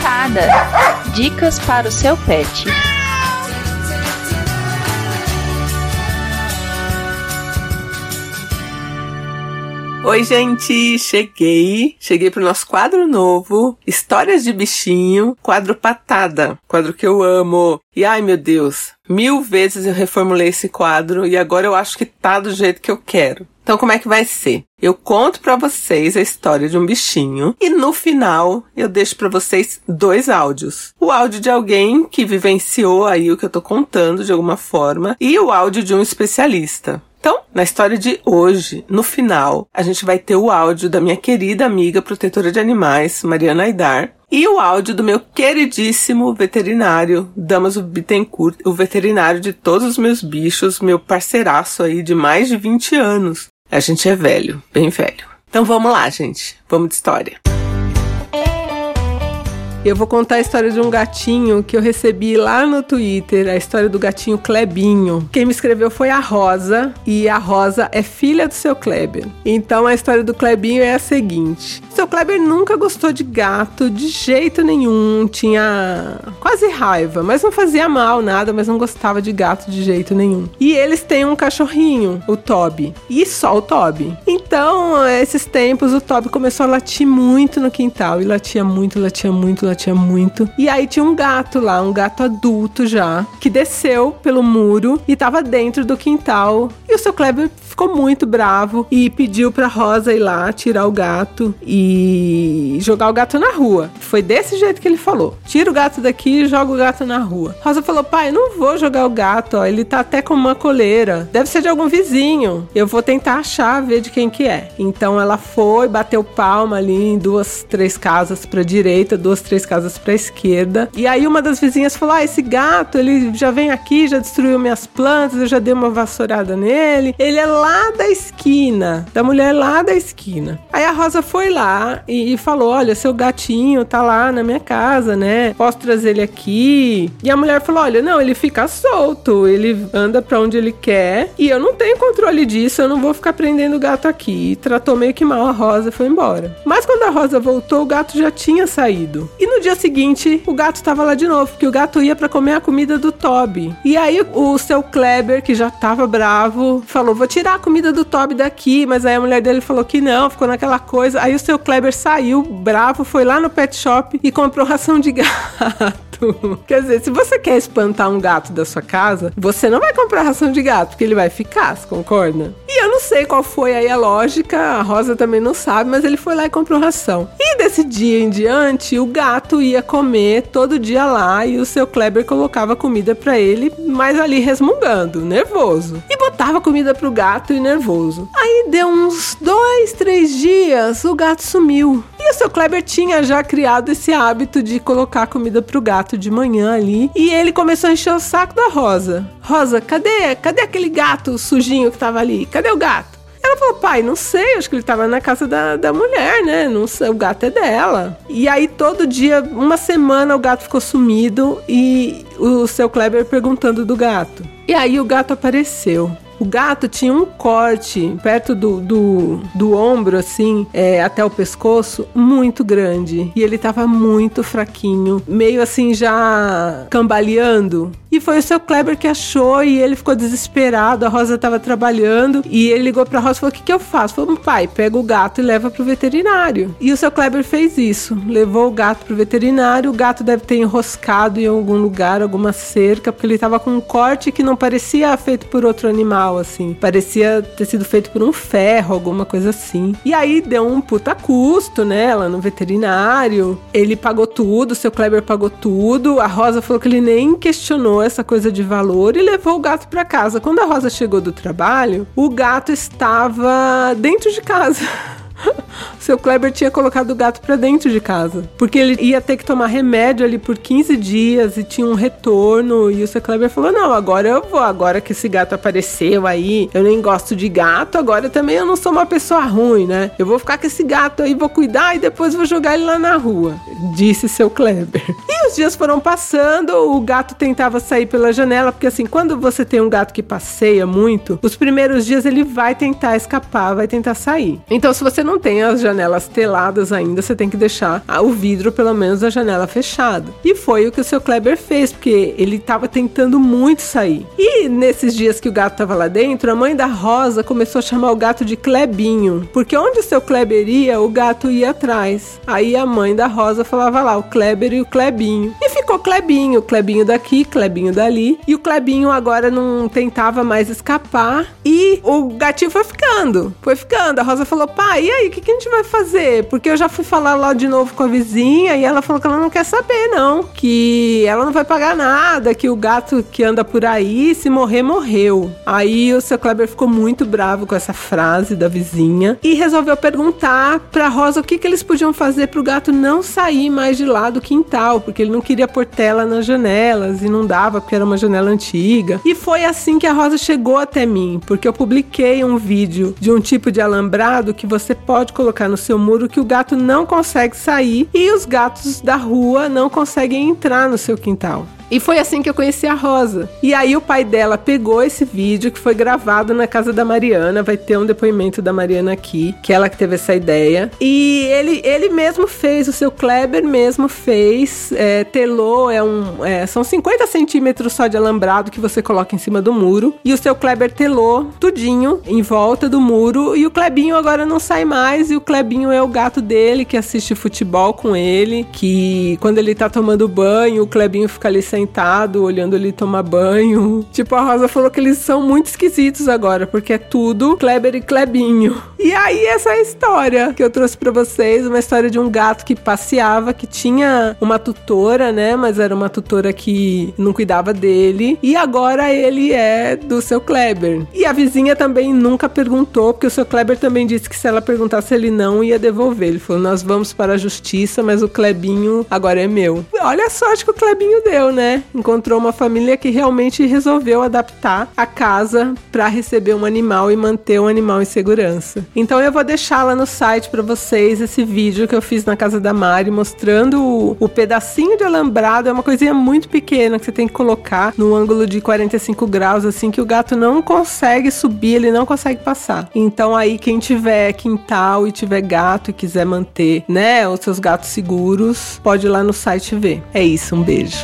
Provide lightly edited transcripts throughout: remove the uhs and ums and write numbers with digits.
Patada. Dicas para o seu pet. Oi, gente! Cheguei pro nosso quadro novo, Histórias de Bichinho, quadro Patada, quadro que eu amo. E ai, meu Deus, 1000 vezes eu reformulei esse quadro e agora eu acho que tá do jeito que eu quero. Então como é que vai ser? Eu conto pra vocês a história de um bichinho e no final eu deixo pra vocês 2 áudios. O áudio de alguém que vivenciou aí o que eu tô contando de alguma forma e o áudio de um especialista. Então, na história de hoje, no final, a gente vai ter o áudio da minha querida amiga protetora de animais, Mariana Aidar, e o áudio do meu queridíssimo veterinário, Damaso Bittencourt, o veterinário de todos os meus bichos, meu parceiraço aí de mais de 20 anos. A gente é velho, bem velho. Então vamos lá, gente. Vamos de história. Eu vou contar a história de um gatinho que eu recebi lá no Twitter, a história do gatinho Clebinho. Quem me escreveu foi a Rosa, e a Rosa é filha do seu Kleber. Então a história do Clebinho é a seguinte. O seu Kleber nunca gostou de gato de jeito nenhum, tinha quase raiva, mas não fazia mal nada, mas não gostava de gato de jeito nenhum. E eles têm um cachorrinho, o Toby, e só o Toby. Então, esses tempos, o Toby começou a latir muito no quintal, e latia muito. E aí tinha um gato lá, um gato adulto já, que desceu pelo muro e tava dentro do quintal. E o seu Kleber ficou muito bravo e pediu pra Rosa ir lá tirar o gato e jogar o gato na rua. Foi desse jeito que ele falou: tira o gato daqui e joga o gato na rua. Rosa falou: pai, não vou jogar o gato, ó, ele tá até com uma coleira, deve ser de algum vizinho, eu vou tentar achar, ver de quem que é. Então ela foi, bateu palma ali em 2, 3 casas pra direita, 2, 3 casas pra esquerda, e aí uma das vizinhas falou: esse gato, ele já vem aqui, já destruiu minhas plantas, eu já dei uma vassourada nele, ele é lá da esquina, da mulher lá da esquina. Aí a Rosa foi lá e falou: olha, seu gatinho tá lá na minha casa, né, posso trazer ele aqui? E a mulher falou: olha, não, ele fica solto, ele anda pra onde ele quer, e eu não tenho controle disso, eu não vou ficar prendendo o gato aqui. E tratou meio que mal a Rosa e foi embora. Mas quando a Rosa voltou, o gato já tinha saído. E no dia seguinte, o gato tava lá de novo, porque o gato ia pra comer a comida do Toby. E aí o seu Kleber, que já tava bravo, falou: vou tirar a comida do Toby daqui, mas aí a mulher dele falou que não, ficou naquela coisa. Aí o seu Kleber saiu bravo, foi lá no pet shop e comprou ração de gato. Quer dizer, se você quer espantar um gato da sua casa, você não vai comprar ração de gato, porque ele vai ficar, você concorda? E eu não sei qual foi aí a lógica, a Rosa também não sabe, mas ele foi lá e comprou ração. E desse dia em diante, o gato ia comer todo dia lá e o seu Kleber colocava comida pra ele, mas ali resmungando, nervoso. E botava comida pro gato e nervoso. Aí deu uns 2, 3 dias, o gato sumiu. E o seu Kleber tinha já criado esse hábito de colocar comida pro gato de manhã ali. E ele começou a encher o saco da Rosa. Rosa, cadê aquele gato sujinho que tava ali? Cadê o gato? Ela falou: pai, não sei, acho que ele tava na casa da mulher, né? Não sei, o gato é dela. E aí todo dia, uma semana, o gato ficou sumido e o seu Kleber perguntando do gato. E aí o gato apareceu. O gato tinha um corte perto do ombro, assim, até o pescoço, muito grande. E ele tava muito fraquinho, meio assim já cambaleando. E foi o seu Kleber que achou e ele ficou desesperado. A Rosa tava trabalhando e ele ligou pra Rosa e falou: o que eu faço? Falou: pai, pega o gato e leva pro veterinário. E o seu Kleber fez isso, levou o gato pro veterinário. O gato deve ter enroscado em algum lugar, alguma cerca, porque ele tava com um corte que não parecia feito por outro animal, assim. Parecia ter sido feito por um ferro, alguma coisa assim. E aí deu um puta custo, né, lá no veterinário. Ele pagou tudo, o seu Kleber pagou tudo. A Rosa falou que ele nem questionou essa coisa de valor e levou o gato pra casa. Quando a Rosa chegou do trabalho, o gato estava dentro de casa. Seu Kleber tinha colocado o gato pra dentro de casa, porque ele ia ter que tomar remédio ali por 15 dias e tinha um retorno. E o seu Kleber falou: não, agora eu vou, agora que esse gato apareceu aí, eu nem gosto de gato, agora também eu não sou uma pessoa ruim, né? Eu vou ficar com esse gato aí, vou cuidar e depois vou jogar ele lá na rua, disse seu Kleber. E os dias foram passando, o gato tentava sair pela janela, porque assim, quando você tem um gato que passeia muito, os primeiros dias ele vai tentar escapar, vai tentar sair. Então se você não tem tem as janelas teladas ainda, você tem que deixar o vidro, pelo menos, da janela fechada. E foi o que o seu Kleber fez, porque ele estava tentando muito sair. E nesses dias que o gato estava lá dentro, a mãe da Rosa começou a chamar o gato de Klebinho, porque onde o seu Kleber ia, o gato ia atrás. Aí a mãe da Rosa falava lá, o Kleber e o Klebinho. E ficou Klebinho, Klebinho daqui, Klebinho dali. E o Klebinho agora não tentava mais escapar. E o gatinho foi ficando. A Rosa falou, pai, e aí, o que a gente vai fazer? Porque eu já fui falar lá de novo com a vizinha e ela falou que ela não quer saber, não. Que ela não vai pagar nada, que o gato que anda por aí, se morrer, morreu. Aí o seu Kleber ficou muito bravo com essa frase da vizinha e resolveu perguntar pra Rosa o que eles podiam fazer pro gato não sair mais de lá do quintal, porque ele não queria pôr tela nas janelas e não dava porque era uma janela antiga. E foi assim que a Rosa chegou até mim, porque eu publiquei um vídeo de um tipo de alambrado que você pode colocar no seu muro que o gato não consegue sair e os gatos da rua não conseguem entrar no seu quintal. E foi assim que eu conheci a Rosa. E aí o pai dela pegou esse vídeo que foi gravado na casa da Mariana. Vai ter um depoimento da Mariana aqui, que ela que teve essa ideia. E ele mesmo fez, o seu Kleber mesmo fez, telou, são 50 centímetros só de alambrado que você coloca em cima do muro. E o seu Kleber telou tudinho em volta do muro. E o Klebinho agora não sai mais. E o Klebinho é o gato dele, que assiste futebol com ele. Que quando ele tá tomando banho, o Klebinho fica ali sentado, olhando ele tomar banho. Tipo, a Rosa falou que eles são muito esquisitos agora, porque é tudo Kleber e Klebinho. E aí, essa é a história que eu trouxe pra vocês, uma história de um gato que passeava, que tinha uma tutora, né, mas era uma tutora que não cuidava dele, e agora ele é do seu Kleber. E a vizinha também nunca perguntou, porque o seu Kleber também disse que se ela perguntasse, ele não ia devolver. Ele falou, nós vamos para a justiça, mas o Klebinho agora é meu. Olha a sorte que o Klebinho deu, né? Encontrou uma família que realmente resolveu adaptar a casa para receber um animal e manter um animal em segurança. Então eu vou deixar lá no site para vocês esse vídeo que eu fiz na casa da Mari, mostrando o pedacinho de alambrado. É uma coisinha muito pequena que você tem que colocar no ângulo de 45 graus, assim, que o gato não consegue subir, ele não consegue passar. Então aí quem tiver quintal e tiver gato e quiser manter, né, os seus gatos seguros, pode ir lá no site ver. É isso, um beijo.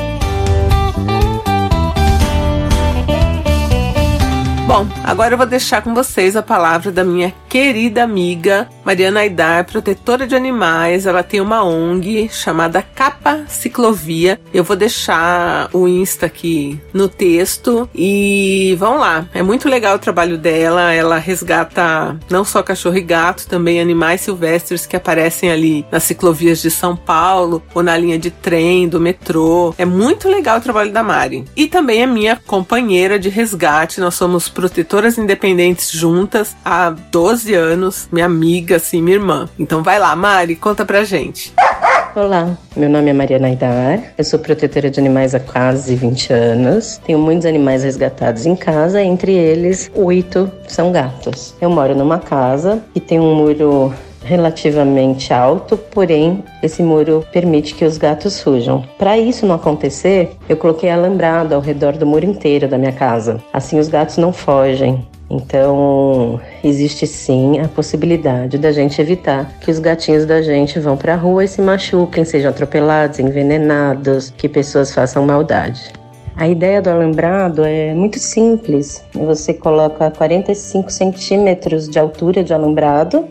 Bom, agora eu vou deixar com vocês a palavra da minha querida amiga Mariana Aidar, protetora de animais. Ela tem uma ONG chamada Capa Ciclovia. Eu vou deixar o Insta aqui no texto e vão lá. É muito legal o trabalho dela. Ela resgata não só cachorro e gato, também animais silvestres que aparecem ali nas ciclovias de São Paulo ou na linha de trem do metrô. É muito legal o trabalho da Mari. E também é minha companheira de resgate. Nós somos protetoras independentes juntas há 12 anos, minha amiga, assim, minha irmã. Então vai lá, Mari, conta pra gente. Olá, meu nome é Mariana Aidar, eu sou protetora de animais há quase 20 anos, tenho muitos animais resgatados em casa, entre eles 8 são gatos. Eu moro numa casa que tem um muro relativamente alto, porém esse muro permite que os gatos fujam. Para isso não acontecer, eu coloquei alambrado ao redor do muro inteiro da minha casa. Assim os gatos não fogem. Então, existe sim a possibilidade da gente evitar que os gatinhos da gente vão para a rua e se machuquem, sejam atropelados, envenenados, que pessoas façam maldade. A ideia do alambrado é muito simples. Você coloca 45 centímetros de altura de alambrado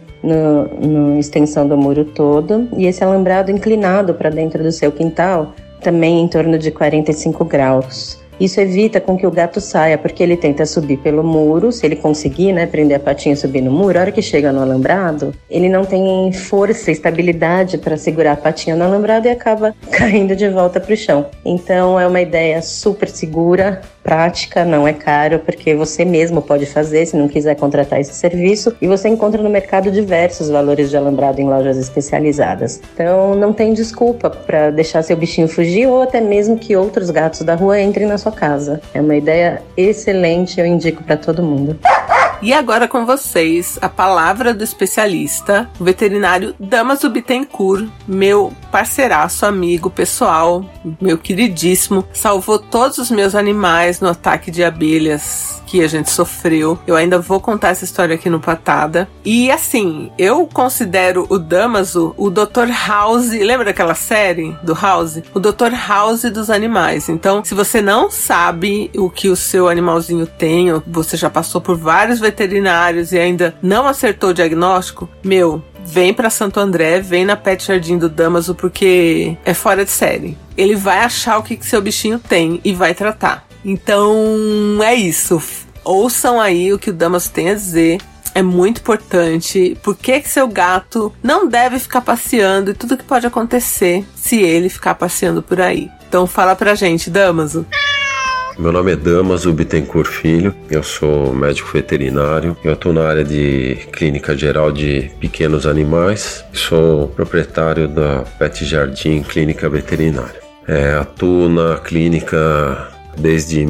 na extensão do muro todo, e esse alambrado inclinado para dentro do seu quintal, também em torno de 45 graus. Isso evita com que o gato saia, porque ele tenta subir pelo muro, se ele conseguir, né, prender a patinha e subir no muro, a hora que chega no alambrado, ele não tem força, estabilidade para segurar a patinha no alambrado e acaba caindo de volta para o chão. Então é uma ideia super segura, prática, não é caro, porque você mesmo pode fazer se não quiser contratar esse serviço, e você encontra no mercado diversos valores de alambrado em lojas especializadas. Então não tem desculpa para deixar seu bichinho fugir ou até mesmo que outros gatos da rua entrem na sua casa. É uma ideia excelente, eu indico para todo mundo. E agora com vocês, a palavra do especialista, o veterinário Damaso Bittencourt, meu parceiraço, amigo, pessoal, meu queridíssimo, salvou todos os meus animais no ataque de abelhas que a gente sofreu. Eu ainda vou contar essa história aqui no Patada. E assim, eu considero o Damaso o Dr. House. Lembra daquela série do House? O Dr. House dos animais. Então, se você não sabe o que o seu animalzinho tem, ou você já passou por vários veterinários e ainda não acertou o diagnóstico, vem pra Santo André, vem na Pet Jardim do Damaso, porque é fora de série. Ele vai achar o que seu bichinho tem e vai tratar. Então, é isso. Ouçam aí o que o Damaso tem a dizer. É muito importante. Por que seu gato não deve ficar passeando e tudo que pode acontecer se ele ficar passeando por aí. Então, fala pra gente, Damaso. Meu nome é Damaso Bittencourt Filho, eu sou médico veterinário, eu atuo na área de clínica geral de pequenos animais, sou proprietário da Pet Jardim Clínica Veterinária. Atuo na clínica desde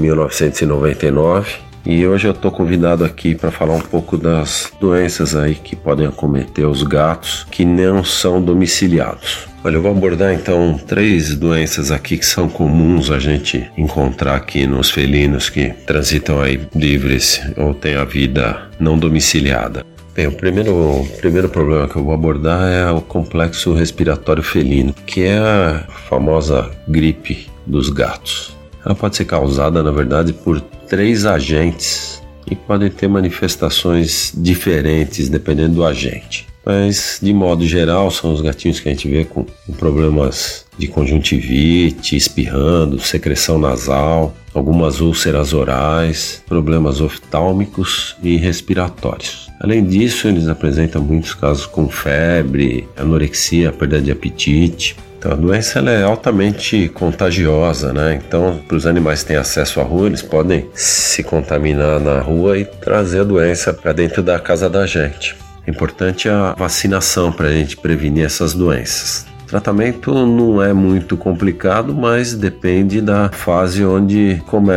1999 e hoje eu estou convidado aqui para falar um pouco das doenças aí que podem acometer os gatos que não são domiciliados. Olha, eu vou abordar então 3 doenças aqui que são comuns a gente encontrar aqui nos felinos que transitam aí livres ou têm a vida não domiciliada. Bem, o primeiro problema que eu vou abordar é o complexo respiratório felino, que é a famosa gripe dos gatos. Ela pode ser causada, na verdade, por 3 agentes e podem ter manifestações diferentes dependendo do agente. Mas, de modo geral, são os gatinhos que a gente vê com problemas de conjuntivite, espirrando, secreção nasal, algumas úlceras orais, problemas oftálmicos e respiratórios. Além disso, eles apresentam muitos casos com febre, anorexia, perda de apetite. Então, a doença ela é altamente contagiosa, né? Então, para os animais que têm acesso à rua, eles podem se contaminar na rua e trazer a doença para dentro da casa da gente. É importante a vacinação para a gente prevenir essas doenças. O tratamento não é muito complicado, mas depende da fase onde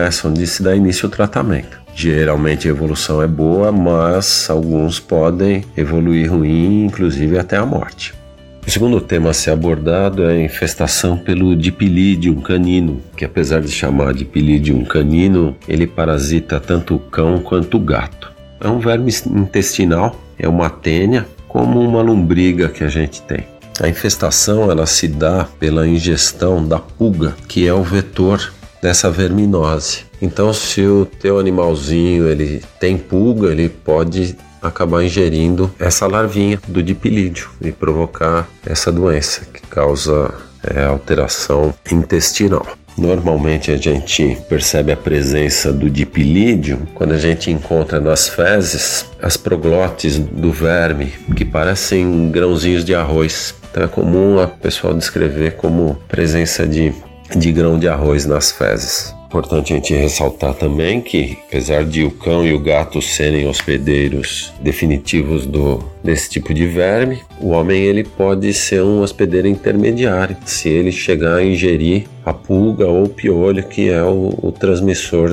se dá início ao tratamento. Geralmente a evolução é boa, mas alguns podem evoluir ruim, inclusive até a morte. O segundo tema a ser abordado é a infestação pelo Dipylidium canino, que apesar de chamar Dipylidium canino, ele parasita tanto o cão quanto o gato. É um verme intestinal, é uma tênia, como uma lombriga que a gente tem. A infestação ela se dá pela ingestão da pulga, que é o vetor dessa verminose. Então, se o teu animalzinho ele tem pulga, ele pode acabar ingerindo essa larvinha do dipilídeo e provocar essa doença que causa alteração intestinal. Normalmente a gente percebe a presença do dipilídeo quando a gente encontra nas fezes as proglotes do verme que parecem grãozinhos de arroz. Então é comum a pessoa descrever como presença de grão de arroz nas fezes. Importante a gente ressaltar também que, apesar de o cão e o gato serem hospedeiros definitivos desse tipo de verme, o homem ele pode ser um hospedeiro intermediário se ele chegar a ingerir a pulga ou o piolho, que é o transmissor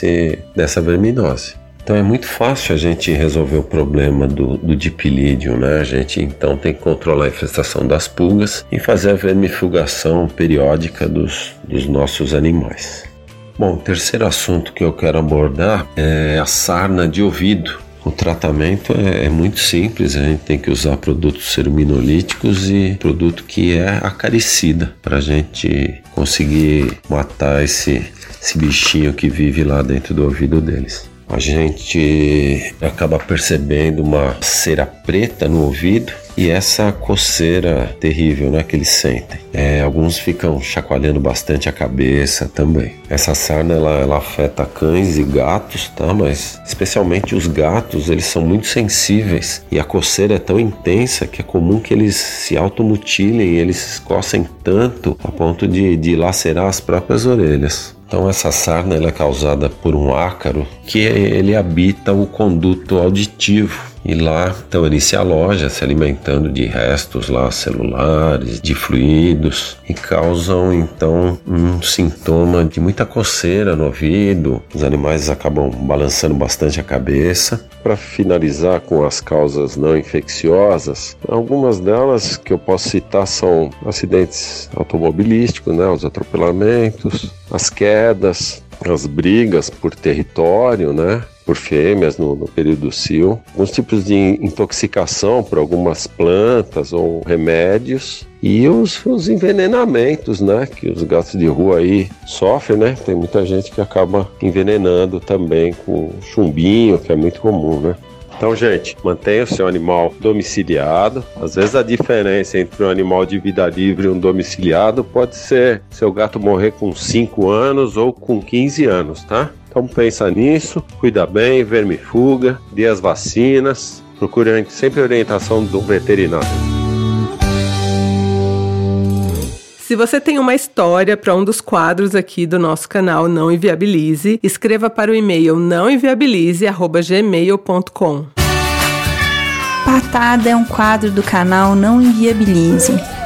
dessa verminose. Então é muito fácil a gente resolver o problema do dipilídeo, né? A gente então tem que controlar a infestação das pulgas e fazer a vermifugação periódica dos nossos animais. Bom, o terceiro assunto que eu quero abordar é a sarna de ouvido. O tratamento é muito simples, a gente tem que usar produtos ceruminolíticos e produto que é acaricida para a gente conseguir matar esse bichinho que vive lá dentro do ouvido deles. A gente acaba percebendo uma cera preta no ouvido e essa coceira terrível, né, que eles sentem. Alguns ficam chacoalhando bastante a cabeça também. Essa sarna ela afeta cães e gatos, tá? Mas especialmente os gatos, eles são muito sensíveis e a coceira é tão intensa que é comum que eles se automutilem e eles cocem tanto a ponto de lacerar as próprias orelhas. Então essa sarna ela é causada por um ácaro que ele habita o conduto auditivo. E lá estão eles a loja se alimentando de restos lá celulares, de fluidos, e causam então um sintoma de muita coceira no ouvido. Os animais acabam balançando bastante a cabeça. Para finalizar com as causas não infecciosas, algumas delas que eu posso citar são acidentes automobilísticos, né, os atropelamentos, as quedas, as brigas por território, né, por fêmeas no período cio, alguns tipos de intoxicação por algumas plantas ou remédios e os envenenamentos, né, que os gatos de rua aí sofrem, né? Tem muita gente que acaba envenenando também com chumbinho, que é muito comum, né? Então, gente, mantenha o seu animal domiciliado. Às vezes a diferença entre um animal de vida livre e um domiciliado pode ser seu gato morrer com 5 anos ou com 15 anos, tá? Então pensa nisso, cuida bem, vermifuga, dê as vacinas, procure sempre a orientação do veterinário. Se você tem uma história para um dos quadros aqui do nosso canal Não Inviabilize, escreva para o e-mail nãoinviabilize@gmail.com. Patada é um quadro do canal Não Inviabilize.